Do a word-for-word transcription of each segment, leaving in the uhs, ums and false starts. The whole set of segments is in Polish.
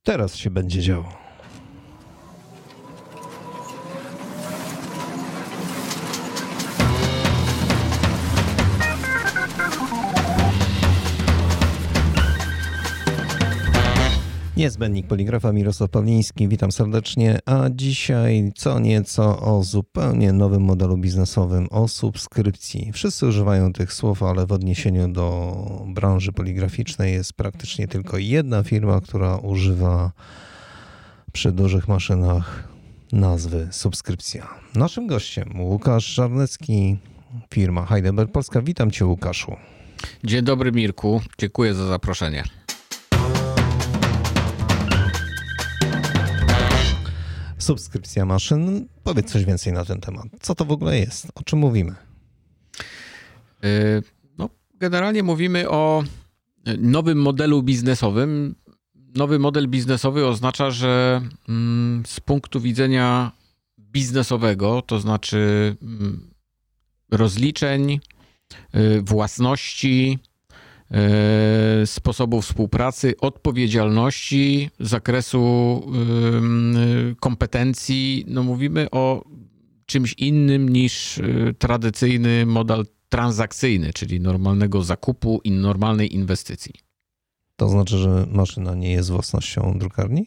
Teraz się będzie działo. Niezbędnik Poligrafa, Mirosław Pawliński, witam serdecznie, a dzisiaj co nieco o zupełnie nowym modelu biznesowym, o subskrypcji. Wszyscy używają tych słów, ale w odniesieniu do branży poligraficznej jest praktycznie tylko jedna firma, która używa przy dużych maszynach nazwy subskrypcja. Naszym gościem Łukasz Żarnecki, firma Heidelberg Polska. Witam Cię, Łukaszu. Dzień dobry, Mirku, dziękuję za zaproszenie. Subskrypcja maszyn. Powiedz coś więcej na ten temat. Co to w ogóle jest? O czym mówimy? No, generalnie mówimy o nowym modelu biznesowym. Nowy model biznesowy oznacza, że z punktu widzenia biznesowego, to znaczy rozliczeń, własności, sposobu współpracy, odpowiedzialności, zakresu kompetencji. No mówimy o czymś innym niż tradycyjny model transakcyjny, czyli normalnego zakupu i normalnej inwestycji. To znaczy, że maszyna nie jest własnością drukarni?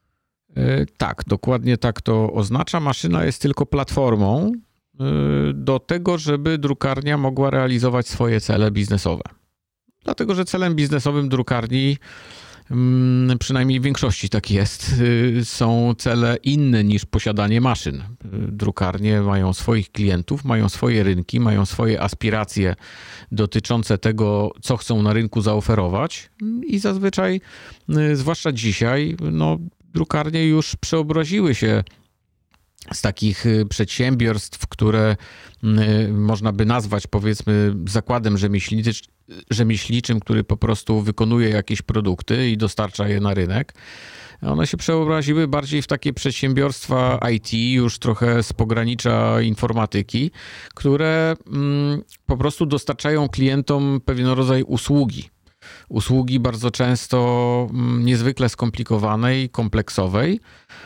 Tak, dokładnie tak to oznacza. Maszyna jest tylko platformą do tego, żeby drukarnia mogła realizować swoje cele biznesowe. Dlatego, że celem biznesowym drukarni, przynajmniej w większości tak jest, są cele inne niż posiadanie maszyn. Drukarnie mają swoich klientów, mają swoje rynki, mają swoje aspiracje dotyczące tego, co chcą na rynku zaoferować i zazwyczaj, zwłaszcza dzisiaj, no, drukarnie już przeobraziły się z takich przedsiębiorstw, które można by nazwać, powiedzmy, zakładem rzemieślniczym, rzemieślniczym, który po prostu wykonuje jakieś produkty i dostarcza je na rynek. One się przeobraziły bardziej w takie przedsiębiorstwa I T, już trochę z pogranicza informatyki, które po prostu dostarczają klientom pewien rodzaj usługi. Usługi bardzo często niezwykle skomplikowanej, kompleksowej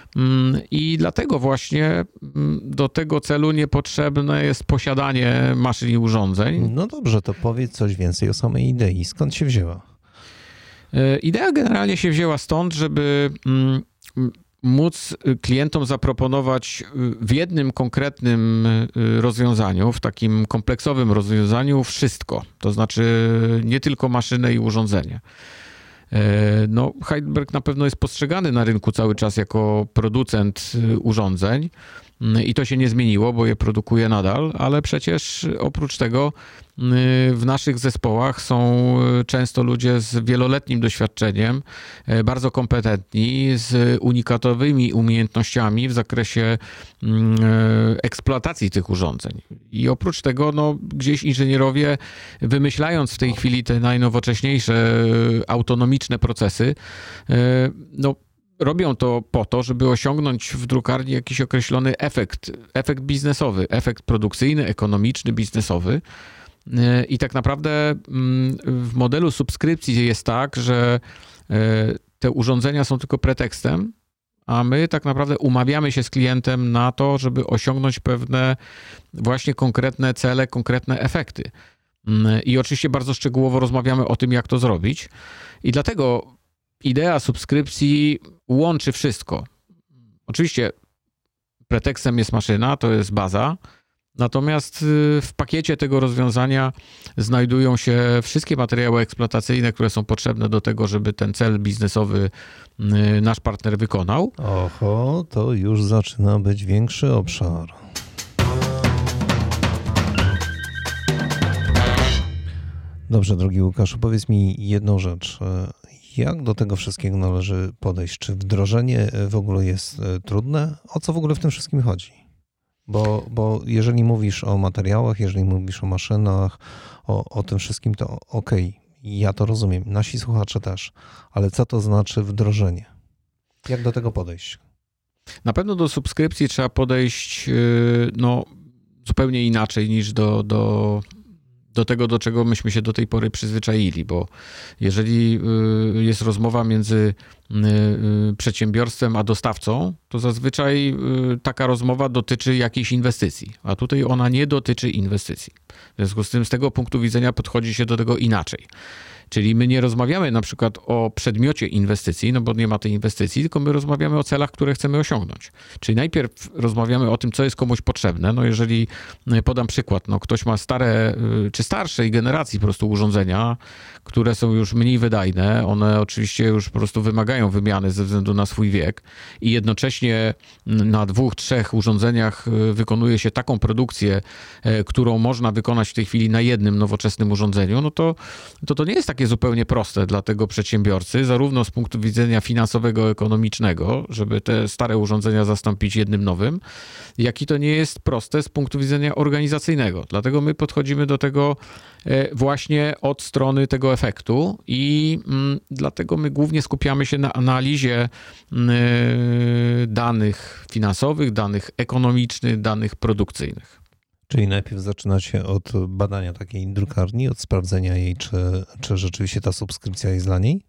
i dlatego właśnie do tego celu niepotrzebne jest posiadanie maszyn i urządzeń. No dobrze, to powiedz coś więcej o samej idei. Skąd się wzięła? Idea generalnie się wzięła stąd, żeby móc klientom zaproponować w jednym konkretnym rozwiązaniu, w takim kompleksowym rozwiązaniu wszystko. To znaczy nie tylko maszynę i urządzenie. No, Heidelberg na pewno jest postrzegany na rynku cały czas jako producent urządzeń i to się nie zmieniło, bo je produkuje nadal, ale przecież oprócz tego w naszych zespołach są często ludzie z wieloletnim doświadczeniem, bardzo kompetentni, z unikatowymi umiejętnościami w zakresie eksploatacji tych urządzeń. I oprócz tego no, gdzieś inżynierowie, wymyślając w tej chwili te najnowocześniejsze autonomiczne procesy, no robią to po to, żeby osiągnąć w drukarni jakiś określony efekt, efekt biznesowy, efekt produkcyjny, ekonomiczny, biznesowy. I tak naprawdę w modelu subskrypcji jest tak, że te urządzenia są tylko pretekstem, a my tak naprawdę umawiamy się z klientem na to, żeby osiągnąć pewne właśnie konkretne cele, konkretne efekty. I oczywiście bardzo szczegółowo rozmawiamy o tym, jak to zrobić. I dlatego idea subskrypcji łączy wszystko. Oczywiście pretekstem jest maszyna, to jest baza, natomiast w pakiecie tego rozwiązania znajdują się wszystkie materiały eksploatacyjne, które są potrzebne do tego, żeby ten cel biznesowy nasz partner wykonał. Oho, to już zaczyna być większy obszar. Dobrze, drogi Łukaszu, powiedz mi jedną rzecz. Jak do tego wszystkiego należy podejść? Czy wdrożenie w ogóle jest trudne? O co w ogóle w tym wszystkim chodzi? Bo, bo jeżeli mówisz o materiałach, jeżeli mówisz o maszynach, o, o tym wszystkim, to okej, okay, ja to rozumiem, nasi słuchacze też, ale co to znaczy wdrożenie? Jak do tego podejść? Na pewno do subskrypcji trzeba podejść no, zupełnie inaczej niż do, do, do tego, do czego myśmy się do tej pory przyzwyczaili, bo jeżeli jest rozmowa między przedsiębiorstwem a dostawcą, to zazwyczaj taka rozmowa dotyczy jakiejś inwestycji, a tutaj ona nie dotyczy inwestycji. W związku z tym z tego punktu widzenia podchodzi się do tego inaczej. Czyli my nie rozmawiamy na przykład o przedmiocie inwestycji, no bo nie ma tej inwestycji, tylko my rozmawiamy o celach, które chcemy osiągnąć. Czyli najpierw rozmawiamy o tym, co jest komuś potrzebne. No jeżeli podam przykład, no ktoś ma stare czy starszej generacji po prostu urządzenia, które są już mniej wydajne, one oczywiście już po prostu wymagają wymiany ze względu na swój wiek i jednocześnie na dwóch, trzech urządzeniach wykonuje się taką produkcję, którą można wykonać w tej chwili na jednym nowoczesnym urządzeniu, no to to, to nie jest takie zupełnie proste dla tego przedsiębiorcy, zarówno z punktu widzenia finansowego, ekonomicznego, żeby te stare urządzenia zastąpić jednym nowym, jak i to nie jest proste z punktu widzenia organizacyjnego. Dlatego my podchodzimy do tego właśnie od strony tego efektu i dlatego my głównie skupiamy się na analizie danych finansowych, danych ekonomicznych, danych produkcyjnych. Czyli najpierw zaczynacie od badania takiej drukarni, od sprawdzenia jej, czy, czy rzeczywiście ta subskrypcja jest dla niej?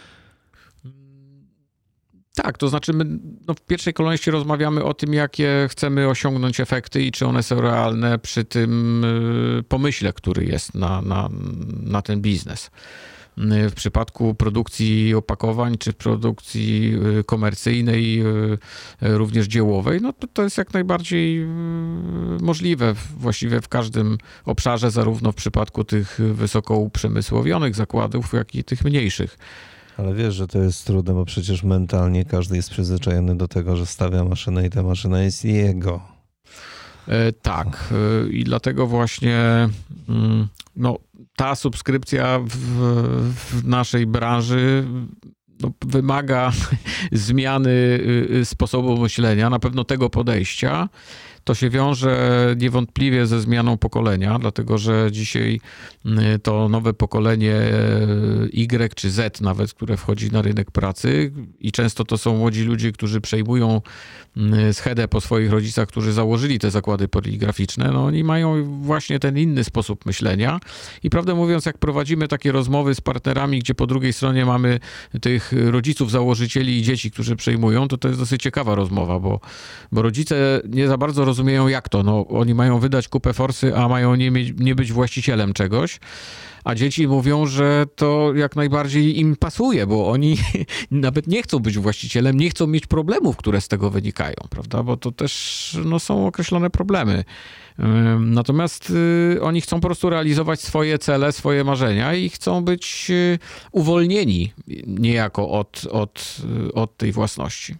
Tak, to znaczy my no w pierwszej kolejności rozmawiamy o tym, jakie chcemy osiągnąć efekty i czy one są realne przy tym pomyśle, który jest na, na, na ten biznes. W przypadku produkcji opakowań, czy w produkcji komercyjnej, również dziełowej, no to, to jest jak najbardziej możliwe właściwie w każdym obszarze, zarówno w przypadku tych wysoko uprzemysłowionych zakładów, jak i tych mniejszych. Ale wiesz, że to jest trudne, bo przecież mentalnie każdy jest przyzwyczajony do tego, że stawia maszynę i ta maszyna jest jego. Tak, i dlatego właśnie no, ta subskrypcja w, w naszej branży no, wymaga zmiany sposobu myślenia, na pewno tego podejścia. To się wiąże niewątpliwie ze zmianą pokolenia, dlatego że dzisiaj to nowe pokolenie Y czy Z nawet, które wchodzi na rynek pracy i często to są młodzi ludzie, którzy przejmują schedę po swoich rodzicach, którzy założyli te zakłady poligraficzne, no oni mają właśnie ten inny sposób myślenia i prawdę mówiąc, jak prowadzimy takie rozmowy z partnerami, gdzie po drugiej stronie mamy tych rodziców, założycieli i dzieci, którzy przejmują, to to jest dosyć ciekawa rozmowa, bo, bo rodzice nie za bardzo rozumieją, jak to. No, oni mają wydać kupę forsy, a mają nie, mieć, nie być właścicielem czegoś. A dzieci mówią, że to jak najbardziej im pasuje, bo oni nawet nie chcą być właścicielem, nie chcą mieć problemów, które z tego wynikają, prawda? Bo to też no, są określone problemy. Natomiast y, oni chcą po prostu realizować swoje cele, swoje marzenia i chcą być y, uwolnieni niejako od, od, od tej własności.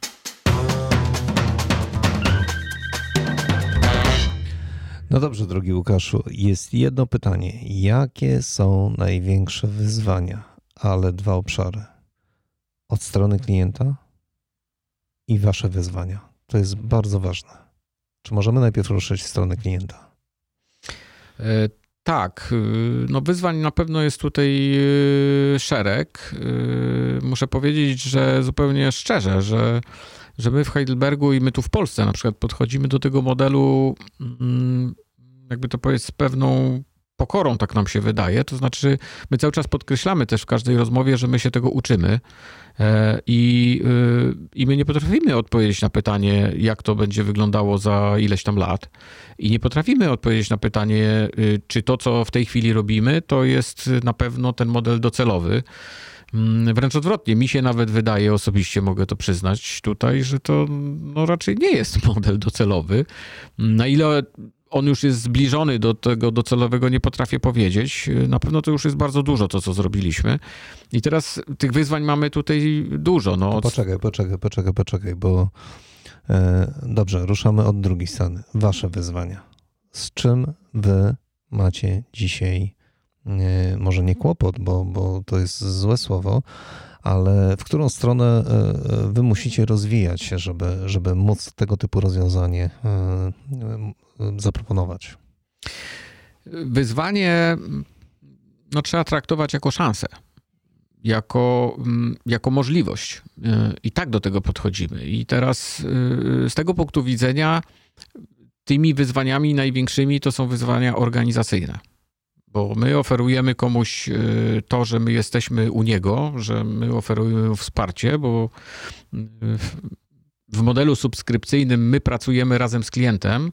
No dobrze, drogi Łukaszu, jest jedno pytanie. Jakie są największe wyzwania, ale dwa obszary? Od strony klienta i wasze wyzwania. To jest bardzo ważne. Czy możemy najpierw ruszyć w stronę klienta? E, tak, no wyzwań na pewno jest tutaj szereg. Muszę powiedzieć, że zupełnie szczerze, że że my w Heidelbergu i my tu w Polsce na przykład podchodzimy do tego modelu, jakby to powiedzieć, z pewną pokorą, tak nam się wydaje. To znaczy, my cały czas podkreślamy też w każdej rozmowie, że my się tego uczymy i, i my nie potrafimy odpowiedzieć na pytanie, jak to będzie wyglądało za ileś tam lat. I nie potrafimy odpowiedzieć na pytanie, czy to, co w tej chwili robimy, to jest na pewno ten model docelowy. Wręcz odwrotnie, mi się nawet wydaje, osobiście mogę to przyznać tutaj, że to no, raczej nie jest model docelowy. Na ile on już jest zbliżony do tego docelowego, nie potrafię powiedzieć. Na pewno to już jest bardzo dużo to, co zrobiliśmy. I teraz tych wyzwań mamy tutaj dużo. No. To poczekaj, poczekaj, poczekaj, poczekaj, bo e, dobrze, ruszamy od drugiej strony. Wasze wyzwania. Z czym wy macie dzisiaj Nie, może nie kłopot, bo, bo to jest złe słowo, ale w którą stronę wy musicie rozwijać się, żeby, żeby móc tego typu rozwiązanie zaproponować? Wyzwanie no, trzeba traktować jako szansę, jako, jako możliwość. I tak do tego podchodzimy. I teraz z tego punktu widzenia tymi wyzwaniami największymi to są wyzwania organizacyjne. bo my oferujemy komuś to, że my jesteśmy u niego, że my oferujemy wsparcie, bo w modelu subskrypcyjnym my pracujemy razem z klientem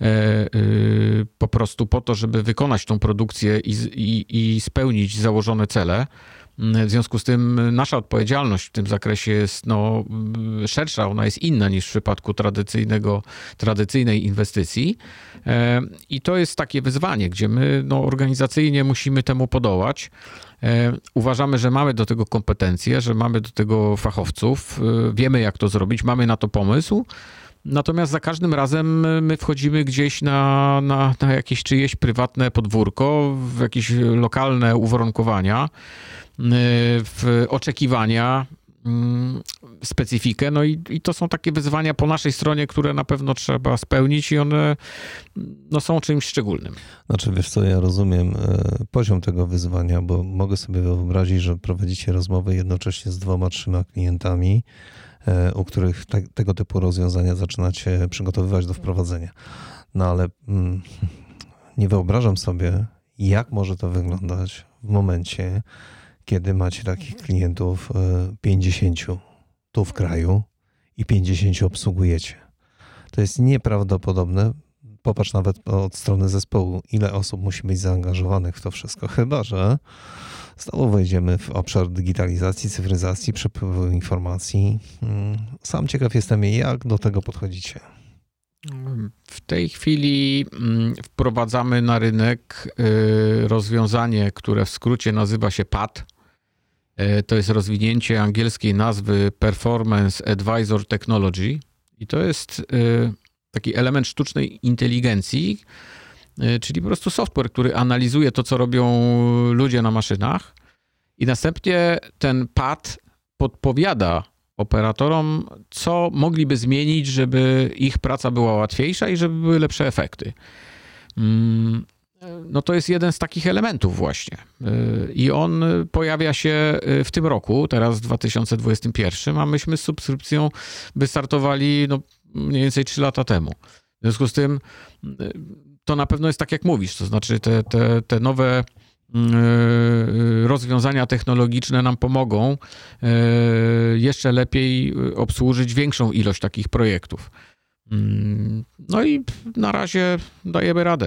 po prostu po to, żeby wykonać tą produkcję i, i, i spełnić założone cele. W związku z tym nasza odpowiedzialność w tym zakresie jest no, szersza, ona jest inna niż w przypadku tradycyjnego, tradycyjnej inwestycji. I to jest takie wyzwanie, gdzie my no, organizacyjnie musimy temu podołać. Uważamy, że mamy do tego kompetencje, że mamy do tego fachowców, wiemy jak to zrobić, mamy na to pomysł. Natomiast za każdym razem my wchodzimy gdzieś na, na, na jakieś czyjeś prywatne podwórko, w jakieś lokalne uwarunkowania, w oczekiwania, specyfikę. No i, i to są takie wyzwania po naszej stronie, które na pewno trzeba spełnić i one no, są czymś szczególnym. Znaczy, wiesz co, ja rozumiem poziom tego wyzwania, bo mogę sobie wyobrazić, że prowadzicie rozmowy jednocześnie z dwoma, trzema klientami, u których te, tego typu rozwiązania zaczynacie przygotowywać do wprowadzenia. No ale mm, nie wyobrażam sobie, jak może to wyglądać w momencie, kiedy macie takich klientów pięćdziesięciu tu w kraju i pięćdziesięciu obsługujecie. To jest nieprawdopodobne. Popatrz nawet od strony zespołu, ile osób musi być zaangażowanych w to wszystko. Chyba że znowu wejdziemy w obszar digitalizacji, cyfryzacji, przepływu informacji. Sam ciekaw jestem, jak do tego podchodzicie. W tej chwili wprowadzamy na rynek rozwiązanie, które w skrócie nazywa się P A T. To jest rozwinięcie angielskiej nazwy Performance Advisor Technology i to jest taki element sztucznej inteligencji, czyli po prostu software, który analizuje to, co robią ludzie na maszynach i następnie ten P A T podpowiada operatorom, co mogliby zmienić, żeby ich praca była łatwiejsza i żeby były lepsze efekty. No to jest jeden z takich elementów właśnie. I on pojawia się w tym roku, teraz w dwa tysiące dwudziestym pierwszym, a myśmy z subskrypcją wystartowali no, mniej więcej trzy lata temu. W związku z tym to na pewno jest tak, jak mówisz, to znaczy te, te, te nowe rozwiązania technologiczne nam pomogą jeszcze lepiej obsłużyć większą ilość takich projektów. No i na razie dajemy radę.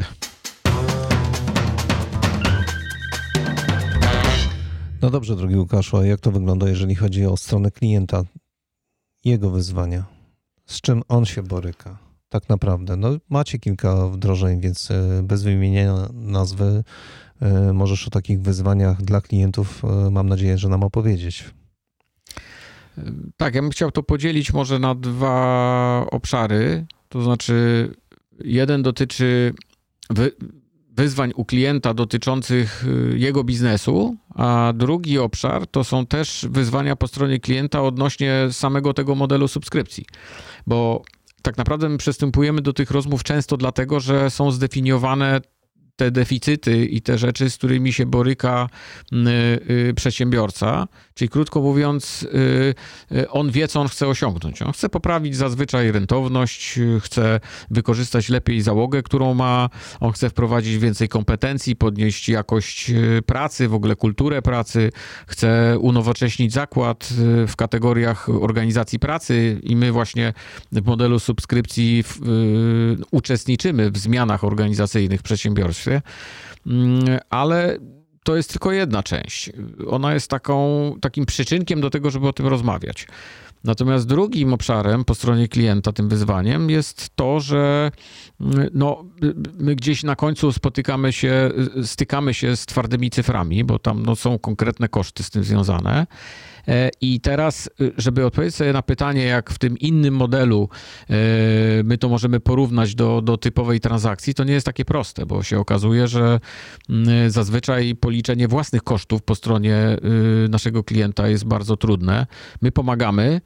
No dobrze, drogi Łukaszu, a jak to wygląda, jeżeli chodzi o stronę klienta, jego wyzwania? Z czym on się boryka tak naprawdę? No macie kilka wdrożeń, więc bez wymienienia nazwy możesz o takich wyzwaniach dla klientów, mam nadzieję, że nam opowiedzieć. Tak, ja bym chciał to podzielić może na dwa obszary. To znaczy, jeden dotyczy wy, wyzwań u klienta dotyczących jego biznesu, a drugi obszar to są też wyzwania po stronie klienta odnośnie samego tego modelu subskrypcji. Bo tak naprawdę my przystępujemy do tych rozmów często dlatego, że są zdefiniowane te deficyty i te rzeczy, z którymi się boryka przedsiębiorca. Czyli krótko mówiąc, on wie, co on chce osiągnąć. On chce poprawić zazwyczaj rentowność, chce wykorzystać lepiej załogę, którą ma, on chce wprowadzić więcej kompetencji, podnieść jakość pracy, w ogóle kulturę pracy, chce unowocześnić zakład w kategoriach organizacji pracy i my właśnie w modelu subskrypcji w, y, uczestniczymy w zmianach organizacyjnych w przedsiębiorstwie, ale to jest tylko jedna część. Ona jest taką, takim przyczynkiem do tego, żeby o tym rozmawiać. Natomiast drugim obszarem po stronie klienta, tym wyzwaniem jest to, że no, my gdzieś na końcu spotykamy się, stykamy się z twardymi cyframi, bo tam no, są konkretne koszty z tym związane. I teraz, żeby odpowiedzieć sobie na pytanie, jak w tym innym modelu my to możemy porównać do, do typowej transakcji, to nie jest takie proste, bo się okazuje, że zazwyczaj policzenie własnych kosztów po stronie naszego klienta jest bardzo trudne. My pomagamy,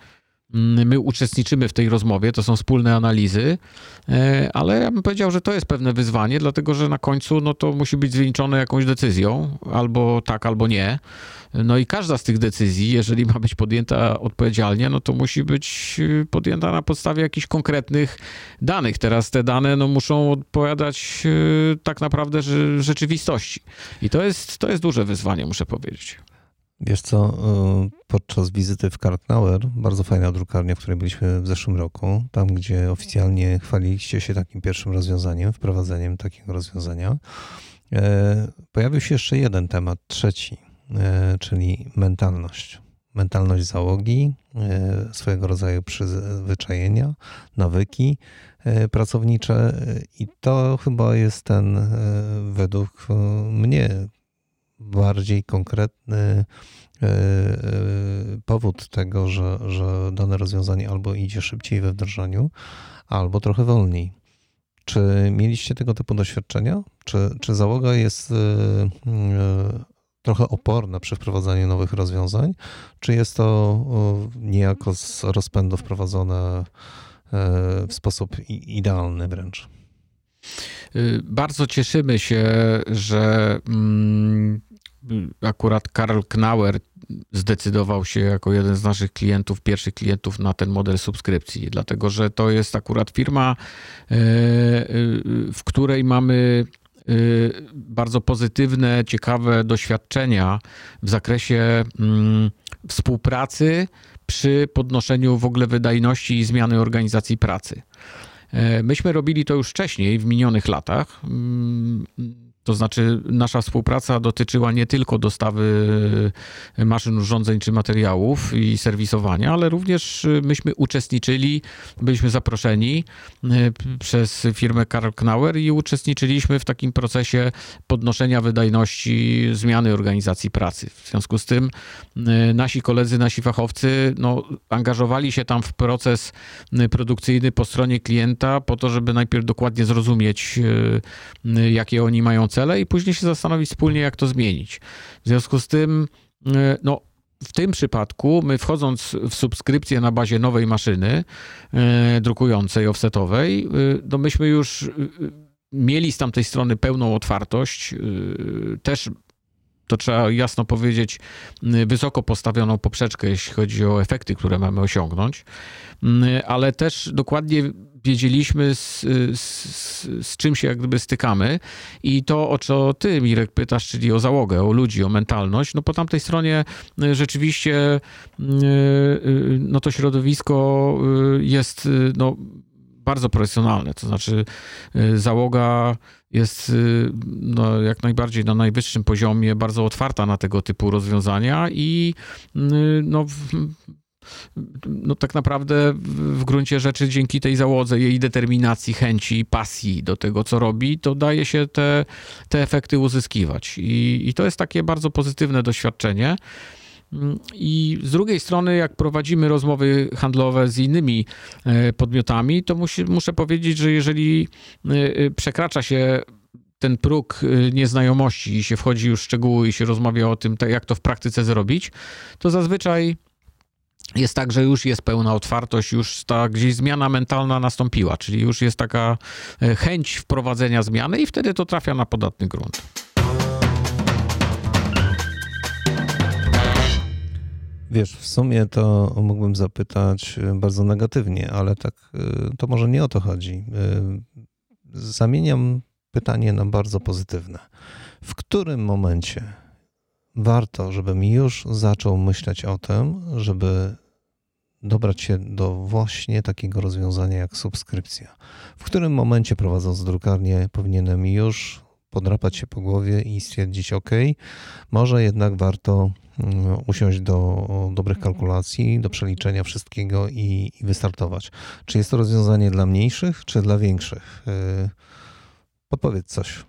My uczestniczymy w tej rozmowie, to są wspólne analizy, ale ja bym powiedział, że to jest pewne wyzwanie, dlatego że na końcu no to musi być zwieńczone jakąś decyzją, albo tak, albo nie. No i każda z tych decyzji, jeżeli ma być podjęta odpowiedzialnie, no to musi być podjęta na podstawie jakichś konkretnych danych. Teraz te dane no muszą odpowiadać tak naprawdę rzeczywistości. I to jest, to jest duże wyzwanie, muszę powiedzieć. Wiesz co, podczas wizyty w Kalknauer, bardzo fajna drukarnia, w której byliśmy w zeszłym roku, tam gdzie oficjalnie chwaliliście się takim pierwszym rozwiązaniem, wprowadzeniem takiego rozwiązania, pojawił się jeszcze jeden temat, trzeci, czyli mentalność. Mentalność załogi, swojego rodzaju przyzwyczajenia, nawyki pracownicze i to chyba jest ten według mnie bardziej konkretny powód tego, że, że dane rozwiązanie albo idzie szybciej we wdrażaniu, albo trochę wolniej. Czy mieliście tego typu doświadczenia? Czy, czy załoga jest trochę oporna przy wprowadzaniu nowych rozwiązań? Czy jest to niejako z rozpędu wprowadzone w sposób idealny wręcz? Bardzo cieszymy się, że akurat Karl Knauer zdecydował się jako jeden z naszych klientów, pierwszych klientów na ten model subskrypcji, dlatego że to jest akurat firma, w której mamy bardzo pozytywne, ciekawe doświadczenia w zakresie współpracy przy podnoszeniu w ogóle wydajności i zmiany organizacji pracy. Myśmy robili to już wcześniej, w minionych latach. To znaczy nasza współpraca dotyczyła nie tylko dostawy maszyn, urządzeń czy materiałów i serwisowania, ale również myśmy uczestniczyli, byliśmy zaproszeni przez firmę Karl Knauer i uczestniczyliśmy w takim procesie podnoszenia wydajności, zmiany organizacji pracy. W związku z tym nasi koledzy, nasi fachowcy no, angażowali się tam w proces produkcyjny po stronie klienta po to, żeby najpierw dokładnie zrozumieć, jakie oni mają cele i później się zastanowić wspólnie, jak to zmienić. W związku z tym, no, w tym przypadku my wchodząc w subskrypcję na bazie nowej maszyny e, drukującej, offsetowej, no myśmy już mieli z tamtej strony pełną otwartość, e, też to trzeba jasno powiedzieć, wysoko postawioną poprzeczkę, jeśli chodzi o efekty, które mamy osiągnąć, ale też dokładnie wiedzieliśmy, z, z, z czym się jak gdyby stykamy i to, o co ty, Mirek, pytasz, czyli o załogę, o ludzi, o mentalność, no po tamtej stronie rzeczywiście no to środowisko jest no, bardzo profesjonalne, to znaczy załoga jest no, jak najbardziej na najwyższym poziomie, bardzo otwarta na tego typu rozwiązania i no, no tak naprawdę w gruncie rzeczy dzięki tej załodze, jej determinacji, chęci, pasji do tego, co robi, to daje się te, te efekty uzyskiwać. I, i to jest takie bardzo pozytywne doświadczenie. I z drugiej strony, jak prowadzimy rozmowy handlowe z innymi podmiotami, to musi, muszę powiedzieć, że jeżeli przekracza się ten próg nieznajomości i się wchodzi już w szczegóły i się rozmawia o tym, jak to w praktyce zrobić, to zazwyczaj jest tak, że już jest pełna otwartość, już ta gdzieś zmiana mentalna nastąpiła, czyli już jest taka chęć wprowadzenia zmiany i wtedy to trafia na podatny grunt. Wiesz, w sumie to mógłbym zapytać bardzo negatywnie, ale tak to może nie o to chodzi. Zamieniam pytanie na bardzo pozytywne. W którym momencie warto, żebym już zaczął myśleć o tym, żeby dobrać się do właśnie takiego rozwiązania jak subskrypcja? W którym momencie, prowadząc drukarnię, powinienem już podrapać się po głowie i stwierdzić, ok, może jednak warto usiąść do dobrych kalkulacji, do przeliczenia wszystkiego i, i wystartować. Czy jest to rozwiązanie dla mniejszych, czy dla większych? Podpowiedz coś.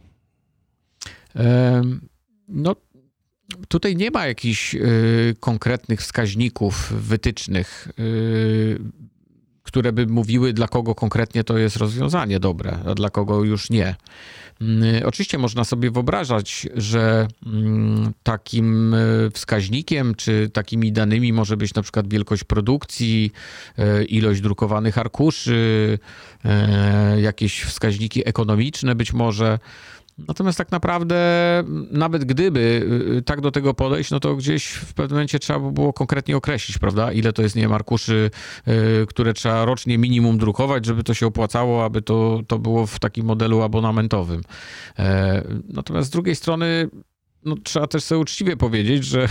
No, tutaj nie ma jakichś konkretnych wskaźników, wytycznych, które by mówiły, dla kogo konkretnie to jest rozwiązanie dobre, a dla kogo już nie. Oczywiście można sobie wyobrażać, że takim wskaźnikiem czy takimi danymi może być na przykład wielkość produkcji, ilość drukowanych arkuszy, jakieś wskaźniki ekonomiczne być może. Natomiast tak naprawdę, nawet gdyby tak do tego podejść, no to gdzieś w pewnym momencie trzeba by było konkretnie określić, prawda, ile to jest, nie wiem, arkuszy, które trzeba rocznie minimum drukować, żeby to się opłacało, aby to, to było w takim modelu abonamentowym. Natomiast z drugiej strony, no, trzeba też sobie uczciwie powiedzieć, że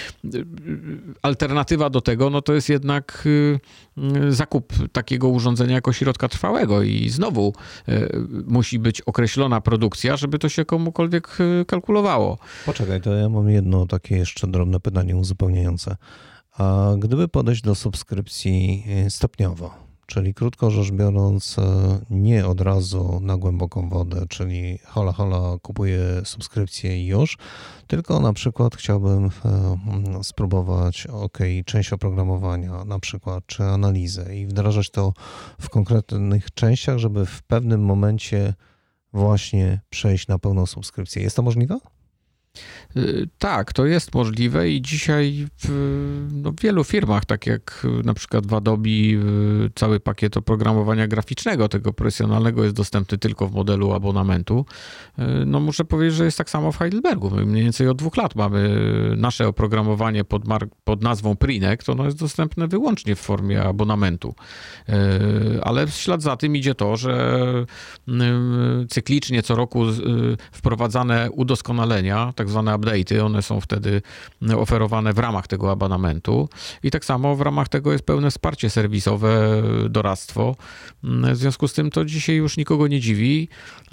alternatywa do tego, no to jest jednak zakup takiego urządzenia jako środka trwałego i znowu musi być określona produkcja, żeby to się komukolwiek kalkulowało. Poczekaj, to ja mam jedno takie jeszcze drobne pytanie uzupełniające. A gdyby podejść do subskrypcji stopniowo, czyli krótko rzecz biorąc, nie od razu na głęboką wodę, czyli hola hola kupuję subskrypcję i już, tylko na przykład chciałbym spróbować, ok, część oprogramowania na przykład, czy analizę i wdrażać to w konkretnych częściach, żeby w pewnym momencie właśnie przejść na pełną subskrypcję. Jest to możliwe? Tak, to jest możliwe i dzisiaj w, no, w wielu firmach, tak jak na przykład w Adobe, cały pakiet oprogramowania graficznego, tego profesjonalnego jest dostępny tylko w modelu abonamentu. No muszę powiedzieć, że jest tak samo w Heidelbergu. My mniej więcej od dwóch lat mamy nasze oprogramowanie pod, mar- pod nazwą Prinek, to ono jest dostępne wyłącznie w formie abonamentu. Ale w ślad za tym idzie to, że cyklicznie co roku wprowadzane udoskonalenia, tak zwane update'y, one są wtedy oferowane w ramach tego abonamentu i tak samo w ramach tego jest pełne wsparcie serwisowe, doradztwo. W związku z tym to dzisiaj już nikogo nie dziwi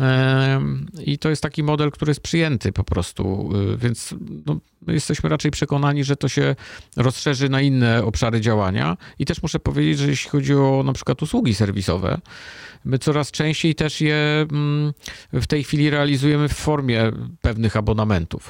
i to jest taki model, który jest przyjęty po prostu, więc no, my jesteśmy raczej przekonani, że to się rozszerzy na inne obszary działania i też muszę powiedzieć, że jeśli chodzi o na przykład usługi serwisowe, my coraz częściej też je w tej chwili realizujemy w formie pewnych abonamentów.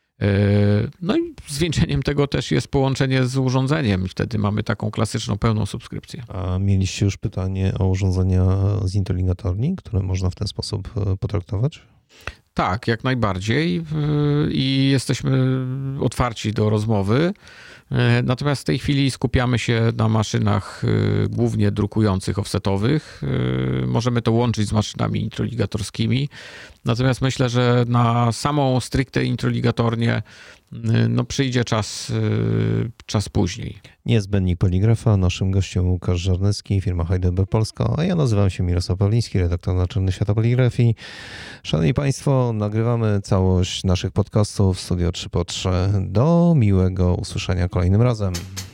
No i zwieńczeniem tego też jest połączenie z urządzeniem i wtedy mamy taką klasyczną, pełną subskrypcję. A mieliście już pytanie o urządzenia z Intelligatorni, które można w ten sposób potraktować? Tak, jak najbardziej i jesteśmy otwarci do rozmowy. Natomiast w tej chwili skupiamy się na maszynach głównie drukujących offsetowych. Możemy to łączyć z maszynami introligatorskimi. Natomiast myślę, że na samą stricte introligatornię no przyjdzie czas, czas później. Niezbędnik Poligrafa. Naszym gościem Łukasz Żarnecki, firma Heidelberg Polska, a ja nazywam się Mirosław Pawliński, redaktor naczelny Świata Poligrafii. Szanowni Państwo, nagrywamy całość naszych podcastów w Studio trzy po trzy. Do miłego usłyszenia kolejnym razem.